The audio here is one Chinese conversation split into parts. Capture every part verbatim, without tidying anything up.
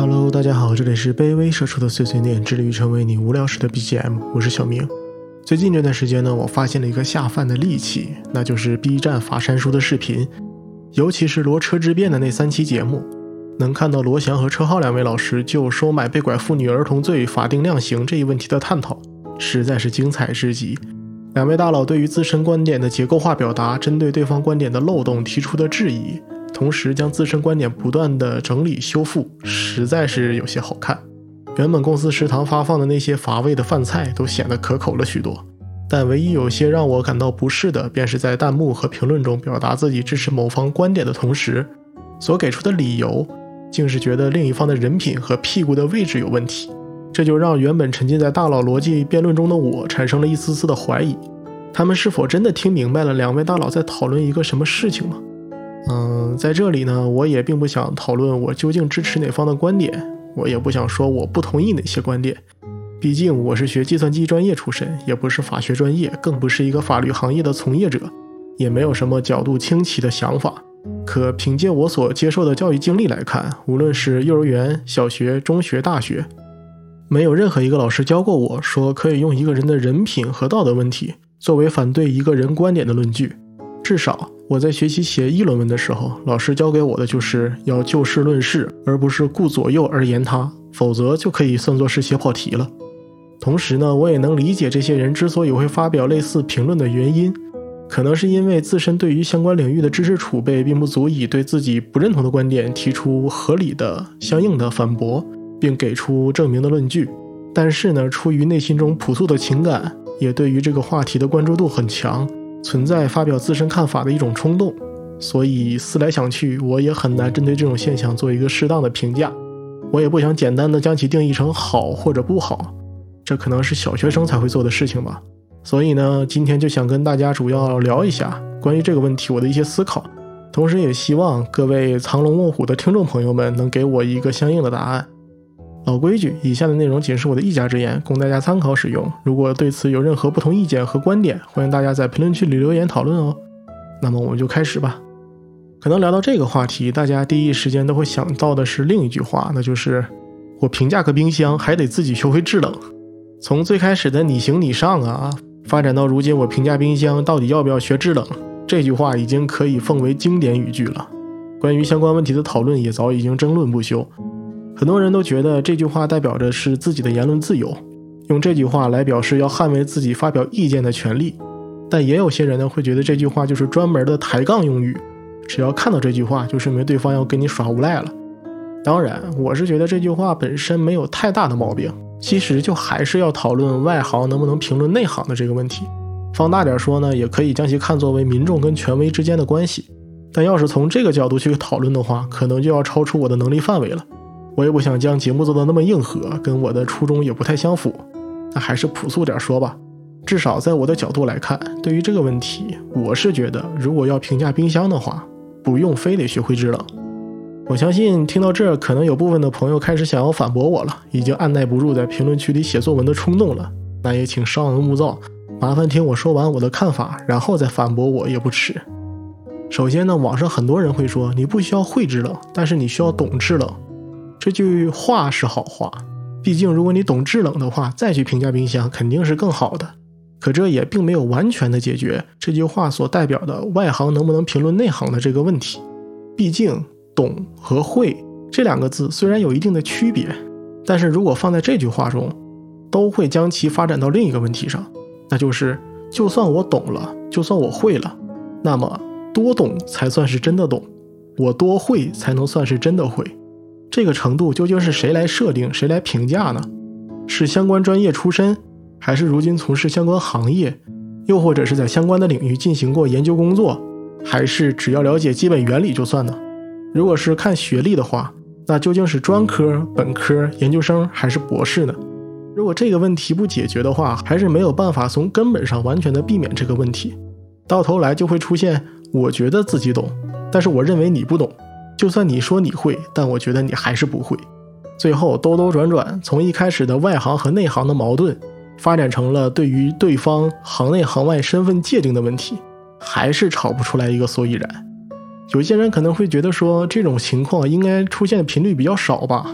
Hello， 大家好，这里是卑微社畜的碎碎念，致力于成为你无聊时的 B G M， 我是小明。最近这段时间呢，我发现了一个下饭的利器，那就是 B 站法删书的视频，尤其是罗车之变的那三期节目，能看到罗翔和车浩两位老师就收买被拐妇女儿童罪法定量刑这一问题的探讨，实在是精彩至极。两位大佬对于自身观点的结构化表达，针对对方观点的漏洞提出的质疑，同时将自身观点不断的整理修复，实在是有些好看。原本公司食堂发放的那些乏味的饭菜都显得可口了许多，但唯一有些让我感到不适的，便是在弹幕和评论中表达自己支持某方观点的同时，所给出的理由竟是觉得另一方的人品和屁股的位置有问题。这就让原本沉浸在大佬逻辑辩论中的我产生了一丝丝的怀疑，他们是否真的听明白了两位大佬在讨论一个什么事情吗？嗯，在这里呢，我也并不想讨论我究竟支持哪方的观点，我也不想说我不同意哪些观点，毕竟我是学计算机专业出身，也不是法学专业，更不是一个法律行业的从业者，也没有什么角度清奇的想法。可凭借我所接受的教育经历来看，无论是幼儿园、小学、中学、大学，没有任何一个老师教过我说可以用一个人的人品和道德问题作为反对一个人观点的论据。至少我在学习写议论文的时候，老师教给我的就是要就事论事，而不是顾左右而言他，否则就可以算作是写跑题了。同时呢，我也能理解这些人之所以会发表类似评论的原因，可能是因为自身对于相关领域的知识储备并不足以对自己不认同的观点提出合理的相应的反驳，并给出证明的论据。但是呢，出于内心中朴素的情感，也对于这个话题的关注度很强，存在发表自身看法的一种冲动，所以思来想去，我也很难针对这种现象做一个适当的评价。我也不想简单的将其定义成好或者不好，这可能是小学生才会做的事情吧。所以呢，今天就想跟大家主要聊一下关于这个问题我的一些思考，同时也希望各位藏龙卧虎的听众朋友们能给我一个相应的答案。老规矩，以下的内容仅是我的一家之言，供大家参考使用。如果对此有任何不同意见和观点，欢迎大家在评论区里留言讨论哦。那么我们就开始吧。可能聊到这个话题，大家第一时间都会想到的是另一句话，那就是我评价个冰箱还得自己学会制冷。从最开始的你行你上啊，发展到如今我评价冰箱到底要不要学制冷，这句话已经可以奉为经典语句了。关于相关问题的讨论也早已经争论不休，很多人都觉得这句话代表着是自己的言论自由，用这句话来表示要捍卫自己发表意见的权利。但也有些人呢会觉得这句话就是专门的抬杠用语，只要看到这句话就说明对方要跟你耍无赖了。当然，我是觉得这句话本身没有太大的毛病，其实就还是要讨论外行能不能评论内行的这个问题。放大点说呢，也可以将其看作为民众跟权威之间的关系。但要是从这个角度去讨论的话，可能就要超出我的能力范围了。我也不想将节目做得那么硬核，跟我的初衷也不太相符。那还是朴素点说吧，至少在我的角度来看，对于这个问题，我是觉得如果要评价冰箱的话，不用非得学会制冷。我相信听到这儿，可能有部分的朋友开始想要反驳我了，已经按耐不住在评论区里写作文的冲动了。那也请稍安勿躁，麻烦听我说完我的看法，然后再反驳我也不迟。首先呢，网上很多人会说你不需要会制冷，但是你需要懂制冷。这句话是好话，毕竟如果你懂制冷的话，再去评价冰箱肯定是更好的。可这也并没有完全的解决这句话所代表的外行能不能评论内行的这个问题。毕竟懂和会这两个字虽然有一定的区别，但是如果放在这句话中，都会将其发展到另一个问题上，那就是就算我懂了，就算我会了，那么多懂才算是真的懂，我多会才能算是真的会。这个程度究竟是谁来设定，谁来评价呢？是相关专业出身，还是如今从事相关行业，又或者是在相关的领域进行过研究工作，还是只要了解基本原理就算呢？如果是看学历的话，那究竟是专科、本科、研究生还是博士呢？如果这个问题不解决的话，还是没有办法从根本上完全的避免这个问题，到头来就会出现我觉得自己懂，但是我认为你不懂，就算你说你会，但我觉得你还是不会。最后兜兜转转，从一开始的外行和内行的矛盾，发展成了对于对方行内行外身份界定的问题，还是吵不出来一个所以然。有些人可能会觉得说，这种情况应该出现的频率比较少吧，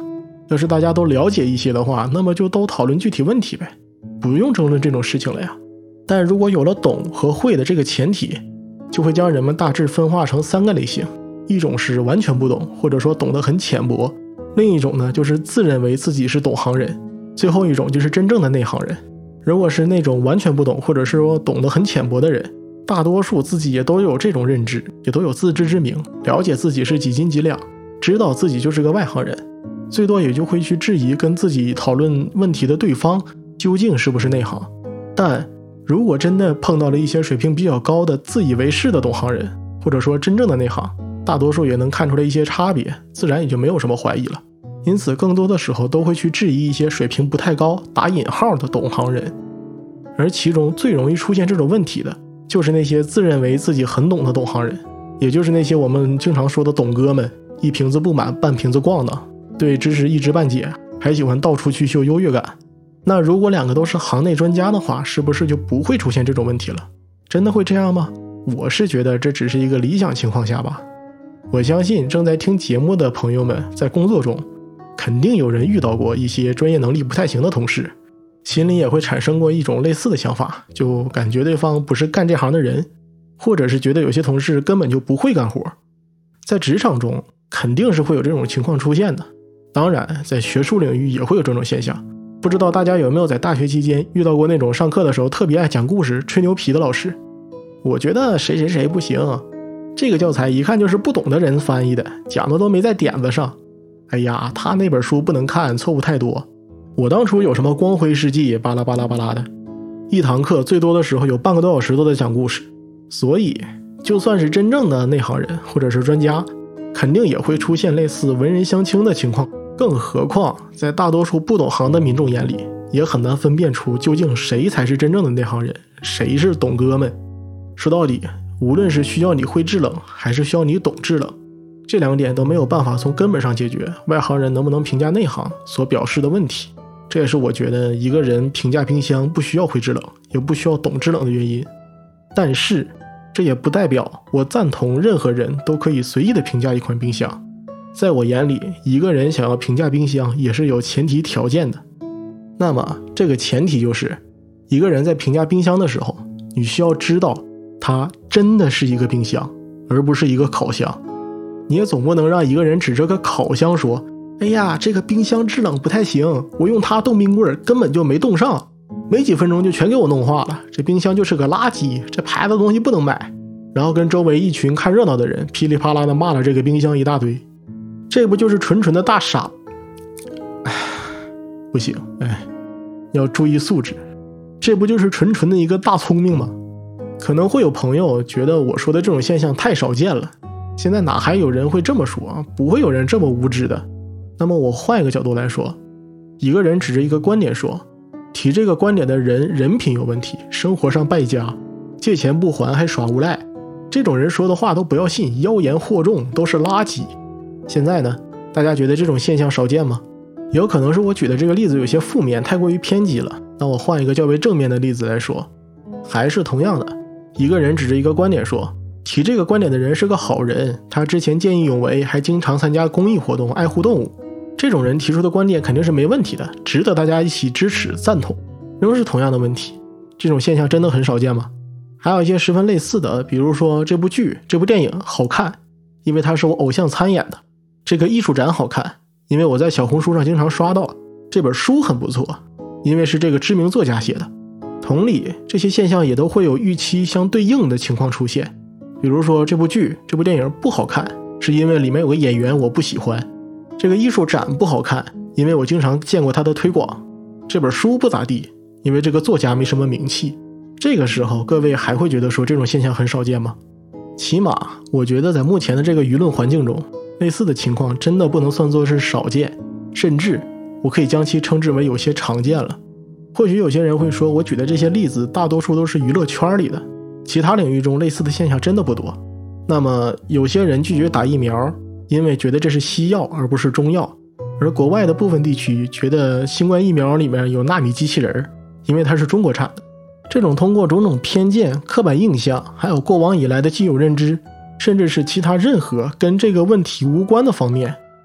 要是大家都了解一些的话，那么就都讨论具体问题呗，不用争论这种事情了呀。但如果有了懂和会的这个前提，就会将人们大致分化成三个类型，一种是完全不懂，或者说懂得很浅薄，另一种呢就是自认为自己是懂行人，最后一种就是真正的内行人。如果是那种完全不懂，或者是说懂得很浅薄的人，大多数自己也都有这种认知，也都有自知之明，了解自己是几斤几两，知道自己就是个外行人，最多也就会去质疑跟自己讨论问题的对方究竟是不是内行。但如果真的碰到了一些水平比较高的自以为是的懂行人，或者说真正的内行，大多数也能看出来一些差别，自然也就没有什么怀疑了。因此更多的时候都会去质疑一些水平不太高打引号的懂行人，而其中最容易出现这种问题的就是那些自认为自己很懂的懂行人，也就是那些我们经常说的懂哥们，一瓶子不满半瓶子逛荡，对知识一知半解，还喜欢到处去秀优越感。那如果两个都是行内专家的话，是不是就不会出现这种问题了？真的会这样吗？我是觉得这只是一个理想情况下吧。我相信正在听节目的朋友们在工作中肯定有人遇到过一些专业能力不太行的同事，心里也会产生过一种类似的想法，就感觉对方不是干这行的人，或者是觉得有些同事根本就不会干活。在职场中肯定是会有这种情况出现的，当然在学术领域也会有这种现象。不知道大家有没有在大学期间遇到过那种上课的时候特别爱讲故事吹牛皮的老师？我觉得谁谁谁不行，这个教材一看就是不懂的人翻译的，讲的都没在点子上，哎呀他那本书不能看，错误太多。我当初有什么光辉事迹巴拉巴拉巴拉的，一堂课最多的时候有半个多小时都在讲故事。所以就算是真正的内行人或者是专家，肯定也会出现类似文人相轻的情况，更何况在大多数不懂行的民众眼里，也很难分辨出究竟谁才是真正的内行人，谁是懂哥们。说到底，无论是需要你会制冷，还是需要你懂制冷，这两点都没有办法从根本上解决外行人能不能评价内行所表示的问题。这也是我觉得一个人评价冰箱不需要会制冷，也不需要懂制冷的原因。但是这也不代表我赞同任何人都可以随意的评价一款冰箱。在我眼里，一个人想要评价冰箱也是有前提条件的。那么这个前提就是，一个人在评价冰箱的时候，你需要知道它真的是一个冰箱，而不是一个烤箱。你也总不能让一个人指着个烤箱说，哎呀这个冰箱制冷不太行，我用它冻冰棍根本就没冻上，没几分钟就全给我弄化了，这冰箱就是个垃圾，这牌子的东西不能买。然后跟周围一群看热闹的人噼里啪啦的骂了这个冰箱一大堆，这不就是纯纯的大傻？唉，不行，哎，要注意素质，这不就是纯纯的一个大聪明吗？可能会有朋友觉得我说的这种现象太少见了，现在哪还有人会这么说？不会有人这么无知的。那么我换一个角度来说，一个人指着一个观点说，提这个观点的人人品有问题，生活上败家，借钱不还还耍无赖，这种人说的话都不要信，妖言惑众，都是垃圾。现在呢，大家觉得这种现象少见吗？有可能是我举的这个例子有些负面，太过于偏激了。那我换一个较为正面的例子来说，还是同样的，一个人指着一个观点说，提这个观点的人是个好人，他之前见义勇为，还经常参加公益活动，爱护动物，这种人提出的观点肯定是没问题的，值得大家一起支持赞同。仍是同样的问题，这种现象真的很少见吗？还有一些十分类似的，比如说这部剧这部电影好看，因为它是我偶像参演的，这个艺术展好看，因为我在小红书上经常刷到，这本书很不错，因为是这个知名作家写的。同理，这些现象也都会有预期相对应的情况出现，比如说这部剧这部电影不好看，是因为里面有个演员我不喜欢，这个艺术展不好看，因为我经常见过他的推广，这本书不咋地，因为这个作家没什么名气。这个时候各位还会觉得说这种现象很少见吗？起码我觉得在目前的这个舆论环境中，类似的情况真的不能算作是少见，甚至我可以将其称之为有些常见了。或许有些人会说，我举的这些例子大多数都是娱乐圈里的，其他领域中类似的现象真的不多。那么有些人拒绝打疫苗，因为觉得这是西药而不是中药，而国外的部分地区觉得新冠疫苗里面有纳米机器人，因为它是中国产的。这种通过种种偏见、刻板印象，还有过往以来的既有认知，甚至是其他任何跟这个问题无关的方面，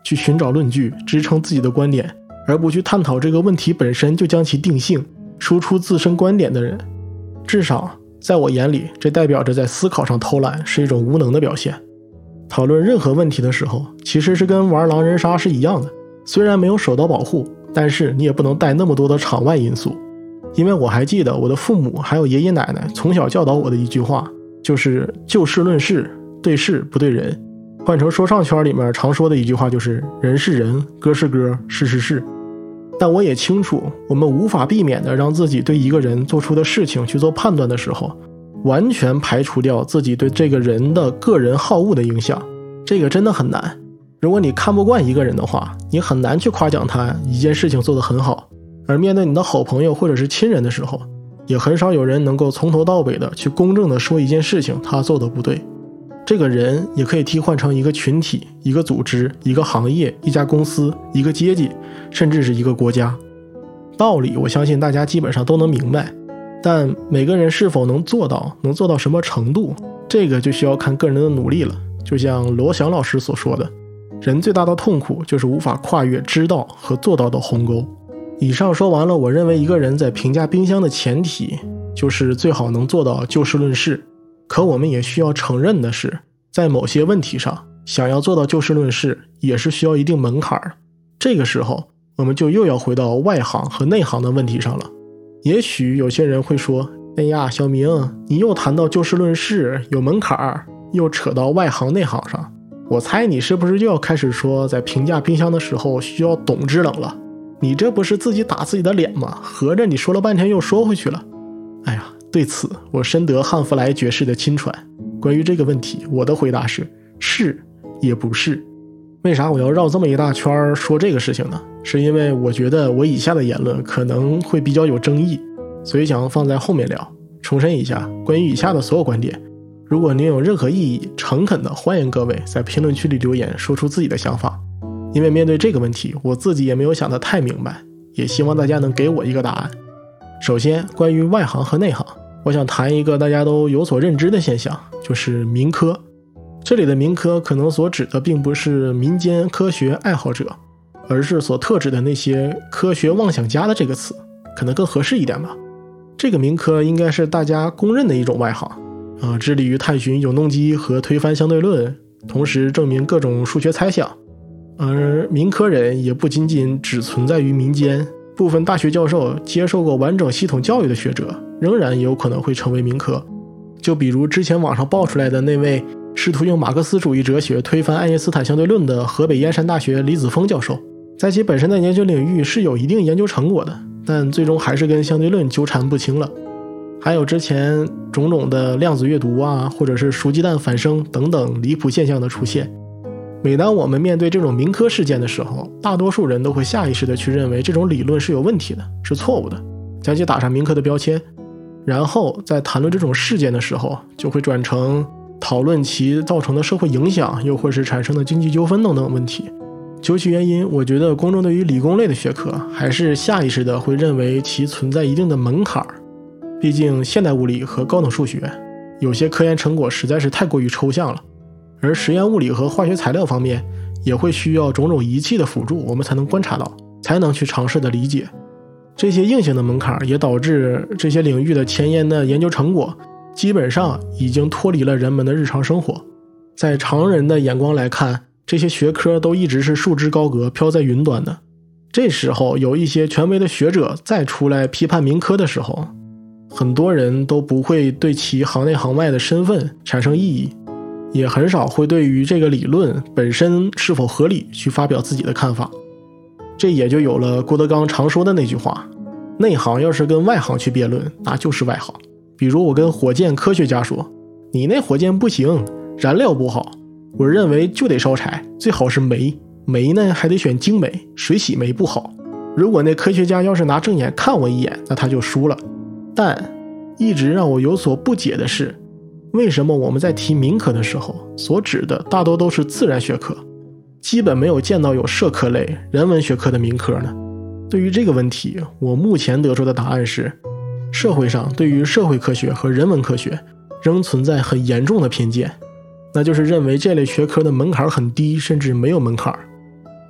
去寻找论据支撑自己的观点，而不去探讨这个问题本身就将其定性，输出自身观点的人，至少在我眼里，这代表着在思考上偷懒是一种无能的表现。讨论任何问题的时候，其实是跟玩狼人杀是一样的，虽然没有手刀保护，但是你也不能带那么多的场外因素。因为我还记得我的父母还有爷爷奶奶从小教导我的一句话，就是就事论事，对事不对人。换成说唱圈里面常说的一句话就是人是人，歌是歌，事是事。但我也清楚，我们无法避免的让自己对一个人做出的事情去做判断的时候，完全排除掉自己对这个人的个人好恶的影响，这个真的很难。如果你看不惯一个人的话，你很难去夸奖他一件事情做得很好，而面对你的好朋友或者是亲人的时候，也很少有人能够从头到尾的去公正的说一件事情他做得不对。这个人也可以替换成一个群体，一个组织，一个行业，一家公司，一个阶级，甚至是一个国家。道理我相信大家基本上都能明白，但每个人是否能做到，能做到什么程度，这个就需要看个人的努力了。就像罗翔老师所说的，人最大的痛苦就是无法跨越知道和做到的鸿沟。以上说完了，我认为一个人在评价冰箱的前提就是最好能做到就事论事。可我们也需要承认的是，在某些问题上，想要做到就事论事也是需要一定门槛的。这个时候我们就又要回到外行和内行的问题上了。也许有些人会说，哎呀，小明，你又谈到就事论事有门槛，又扯到外行内行上，我猜你是不是就要开始说在评价冰箱的时候需要懂制冷了？你这不是自己打自己的脸吗？合着你说了半天又说回去了。哎呀，对此我深得汉弗莱爵士的亲传。关于这个问题，我的回答是是也不是。为啥我要绕这么一大圈说这个事情呢？是因为我觉得我以下的言论可能会比较有争议，所以想放在后面聊。重申一下，关于以下的所有观点，如果您有任何异议，诚恳的欢迎各位在评论区里留言，说出自己的想法。因为面对这个问题，我自己也没有想得太明白，也希望大家能给我一个答案。首先，关于外行和内行，我想谈一个大家都有所认知的现象，就是民科。这里的民科可能所指的并不是民间科学爱好者，而是所特指的那些科学妄想家的这个词，可能更合适一点吧。这个民科应该是大家公认的一种外行，啊，致力于探寻永动机和推翻相对论，同时证明各种数学猜想。而民科人也不仅仅只存在于民间，部分大学教授接受过完整系统教育的学者仍然也有可能会成为民科。就比如之前网上爆出来的那位试图用马克思主义哲学推翻爱因斯坦相对论的河北燕山大学李子峰教授，在其本身的研究领域是有一定研究成果的，但最终还是跟相对论纠缠不清了。还有之前种种的量子阅读啊，或者是熟鸡蛋反生等等离谱现象的出现。每当我们面对这种民科事件的时候，大多数人都会下意识的去认为这种理论是有问题的，是错误的，将其打上民科的标签。然后在谈论这种事件的时候，就会转成讨论其造成的社会影响，又或是产生的经济纠纷等等问题。究其原因，我觉得公众对于理工类的学科还是下意识的会认为其存在一定的门槛。毕竟现代物理和高等数学有些科研成果实在是太过于抽象了，而实验物理和化学材料方面也会需要种种仪器的辅助，我们才能观察到，才能去尝试的理解。这些硬性的门槛也导致这些领域的前沿的研究成果基本上已经脱离了人们的日常生活。在常人的眼光来看，这些学科都一直是束之高阁，飘在云端的。这时候有一些权威的学者再出来批判民科的时候，很多人都不会对其行内行外的身份产生异议，也很少会对于这个理论本身是否合理去发表自己的看法。这也就有了郭德纲常说的那句话，内行要是跟外行去辩论，那就是外行。比如我跟火箭科学家说，你那火箭不行，燃料不好，我认为就得烧柴，最好是煤，煤呢还得选精煤，水洗煤不好。如果那科学家要是拿正眼看我一眼，那他就输了。但一直让我有所不解的是，为什么我们在提民科的时候所指的大多都是自然学科，基本没有见到有社科类人文学科的民科呢？对于这个问题，我目前得出的答案是，社会上对于社会科学和人文科学仍存在很严重的偏见，那就是认为这类学科的门槛很低，甚至没有门槛。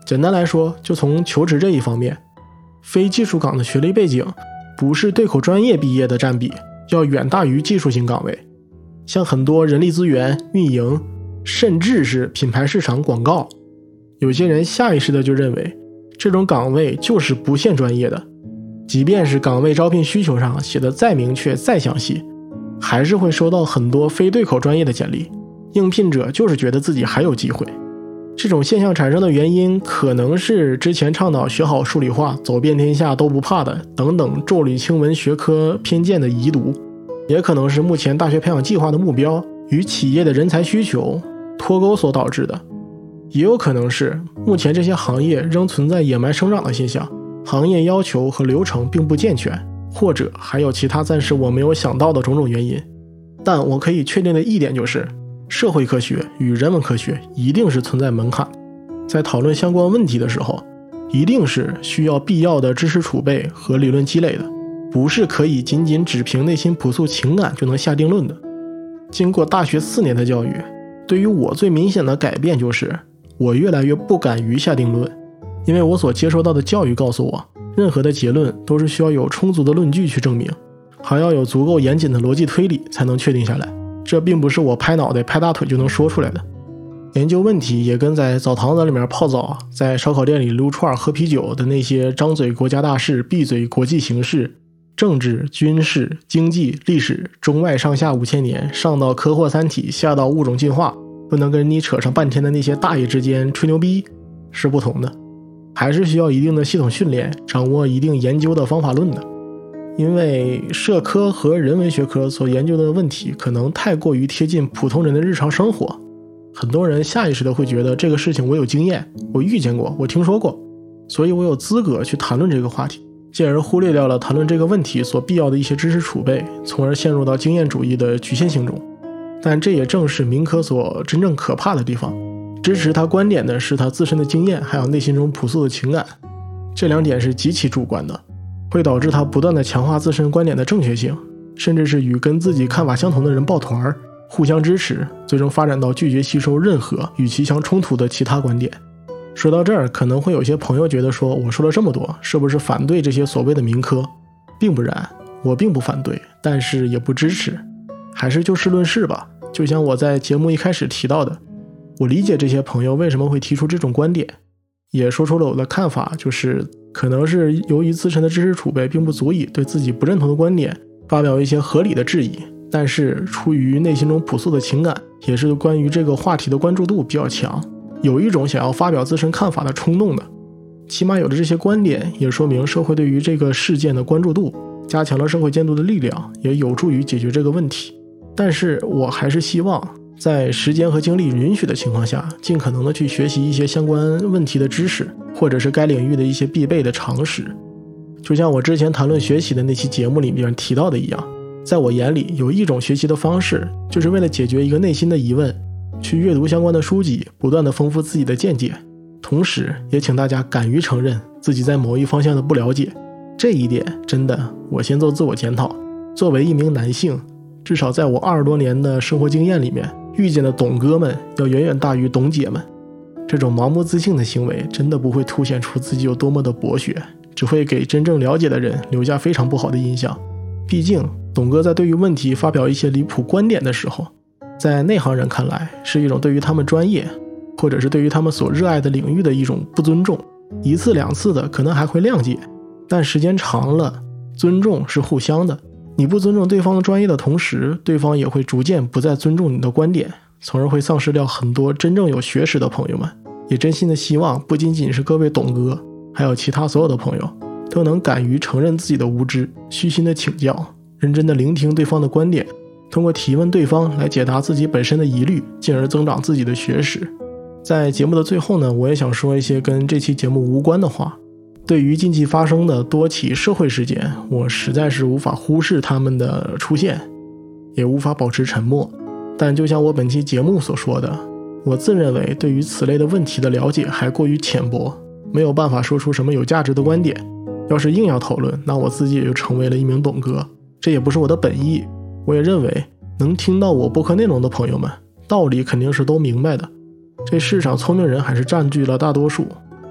简单来说，就从求职这一方面，非技术岗的学历背景不是对口专业毕业的占比要远大于技术型岗位。像很多人力资源、运营，甚至是品牌市场广告，有些人下意识的就认为这种岗位就是不限专业的，即便是岗位招聘需求上写的再明确再详细，还是会收到很多非对口专业的简历，应聘者就是觉得自己还有机会。这种现象产生的原因可能是之前倡导学好数理化走遍天下都不怕的等等重理轻文学科偏见的遗毒，也可能是目前大学培养计划的目标与企业的人才需求脱钩所导致的，也有可能是目前这些行业仍存在野蛮生长的现象，行业要求和流程并不健全，或者还有其他暂时我没有想到的种种原因。但我可以确定的一点就是，社会科学与人文科学一定是存在门槛，在讨论相关问题的时候，一定是需要必要的知识储备和理论积累的，不是可以仅仅只凭内心朴素情感就能下定论的。经过大学四年的教育，对于我最明显的改变就是，我越来越不敢于下定论，因为我所接收到的教育告诉我，任何的结论都是需要有充足的论据去证明，还要有足够严谨的逻辑推理才能确定下来，这并不是我拍脑袋拍大腿就能说出来的。研究问题也跟在澡堂子里面泡澡，在烧烤店里撸串喝啤酒的那些张嘴国家大事闭嘴国际形势、政治、军事、经济、历史中外上下五千年，上到科幻三体下到物种进化，不能跟你扯上半天的那些大爷之间吹牛逼是不同的，还是需要一定的系统训练，掌握一定研究的方法论的。因为社科和人文学科所研究的问题可能太过于贴近普通人的日常生活，很多人下意识的会觉得这个事情我有经验，我遇见过，我听说过，所以我有资格去谈论这个话题，进而忽略掉了谈论这个问题所必要的一些知识储备，从而陷入到经验主义的局限性中。但这也正是民科所真正可怕的地方，支持他观点的是他自身的经验，还有内心中朴素的情感，这两点是极其主观的，会导致他不断的强化自身观点的正确性，甚至是与跟自己看法相同的人抱团，互相支持，最终发展到拒绝吸收任何与其相冲突的其他观点。说到这儿，可能会有些朋友觉得说，我说了这么多，是不是反对这些所谓的民科？并不然，我并不反对，但是也不支持，还是就事论事吧。就像我在节目一开始提到的，我理解这些朋友为什么会提出这种观点，也说出了我的看法，就是可能是由于自身的知识储备并不足以对自己不认同的观点发表一些合理的质疑，但是出于内心中朴素的情感，也是关于这个话题的关注度比较强，有一种想要发表自身看法的冲动的。起码有了这些观点，也说明社会对于这个事件的关注度，加强了社会监督的力量，也有助于解决这个问题。但是我还是希望在时间和精力允许的情况下，尽可能的去学习一些相关问题的知识，或者是该领域的一些必备的常识。就像我之前谈论学习的那期节目里面提到的一样，在我眼里有一种学习的方式，就是为了解决一个内心的疑问，去阅读相关的书籍，不断的丰富自己的见解，同时也请大家敢于承认自己在某一方向的不了解。这一点真的，我先做自我检讨，作为一名男性，至少在我二十多年的生活经验里面，遇见的懂哥们要远远大于懂姐们。这种盲目自信的行为真的不会凸显出自己有多么的博学，只会给真正了解的人留下非常不好的印象。毕竟董哥在对于问题发表一些离谱观点的时候，在内行人看来是一种对于他们专业，或者是对于他们所热爱的领域的一种不尊重，一次两次的可能还会谅解，但时间长了，尊重是互相的，你不尊重对方的专业的同时，对方也会逐渐不再尊重你的观点，从而会丧失掉很多真正有学识的朋友们。也真心的希望不仅仅是各位董哥，还有其他所有的朋友，都能敢于承认自己的无知，虚心的请教，认真的聆听对方的观点，通过提问对方来解答自己本身的疑虑，进而增长自己的学识。在节目的最后呢，我也想说一些跟这期节目无关的话。对于近期发生的多起社会事件，我实在是无法忽视他们的出现，也无法保持沉默。但就像我本期节目所说的，我自认为对于此类的问题的了解还过于浅薄，没有办法说出什么有价值的观点。要是硬要讨论，那我自己也就成为了一名董哥，这也不是我的本意。我也认为能听到我播客内容的朋友们，道理肯定是都明白的。这世上聪明人还是占据了大多数，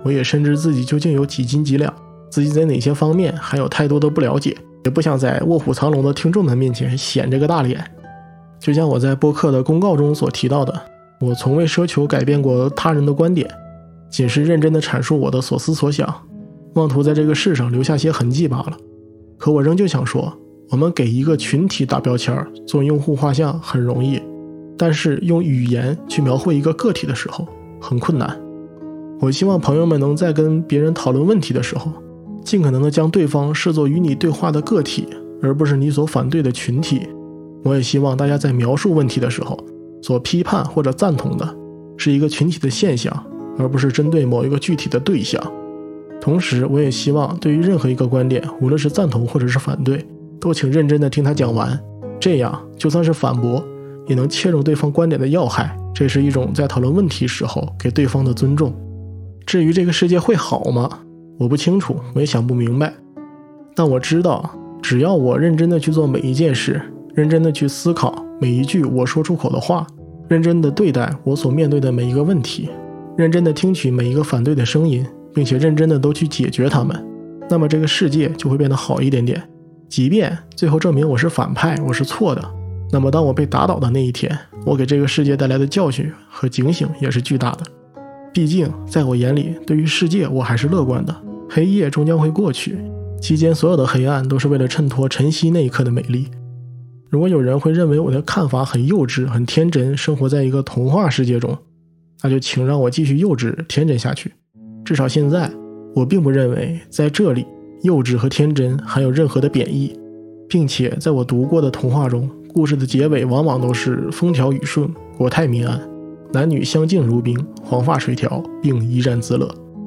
我也深知自己究竟有几斤几两，自己在哪些方面还有太多的不了解，也不想在卧虎藏龙的听众们面前显这个大脸。就像我在播客的公告中所提到的，我从未奢求改变过他人的观点，仅是认真地阐述我的所思所想，妄图在这个世上留下些痕迹罢了。可我仍旧想说，我们给一个群体打标签，做用户画像很容易，但是用语言去描绘一个个体的时候很困难。我希望朋友们能在跟别人讨论问题的时候，尽可能的将对方视作与你对话的个体，而不是你所反对的群体。我也希望大家在描述问题的时候，所批判或者赞同的是一个群体的现象，而不是针对某一个具体的对象。同时我也希望对于任何一个观点，无论是赞同或者是反对，都请认真的听他讲完，这样就算是反驳也能切中对方观点的要害，这是一种在讨论问题时候给对方的尊重。至于这个世界会好吗？我不清楚，我也想不明白，但我知道只要我认真的去做每一件事，认真的去思考每一句我说出口的话，认真的对待我所面对的每一个问题，认真的听取每一个反对的声音，并且认真的都去解决它们，那么这个世界就会变得好一点点。即便最后证明我是反派，我是错的，那么当我被打倒的那一天，我给这个世界带来的教训和警醒也是巨大的。毕竟在我眼里，对于世界我还是乐观的，黑夜终将会过去，期间所有的黑暗都是为了衬托晨曦那一刻的美丽。如果有人会认为我的看法很幼稚很天真，生活在一个童话世界中，那就请让我继续幼稚天真下去。至少现在我并不认为在这里幼稚和天真含有任何的贬义，并且在我读过的童话中，故事的结尾往往都是风调雨顺，国泰民安，男女相敬如宾，黄发垂髫，并怡然自乐。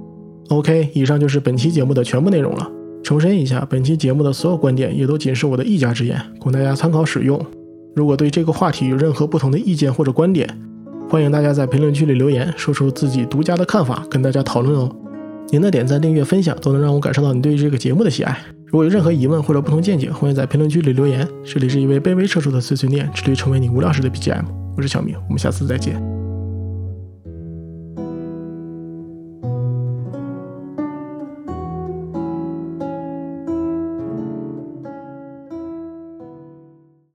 OK， 以上就是本期节目的全部内容了。重申一下，本期节目的所有观点也都仅是我的一家之言，供大家参考使用。如果对这个话题有任何不同的意见或者观点，欢迎大家在评论区里留言，说出自己独家的看法，跟大家讨论哦。您的点赞、订阅、分享都能让我感受到你对于这个节目的喜爱。如果有任何疑问或者不同见解，欢迎在评论区里留言。这里是一位卑微社畜的碎碎念，致力成为你无聊时的 B G M， 我是小明，我们下次再见。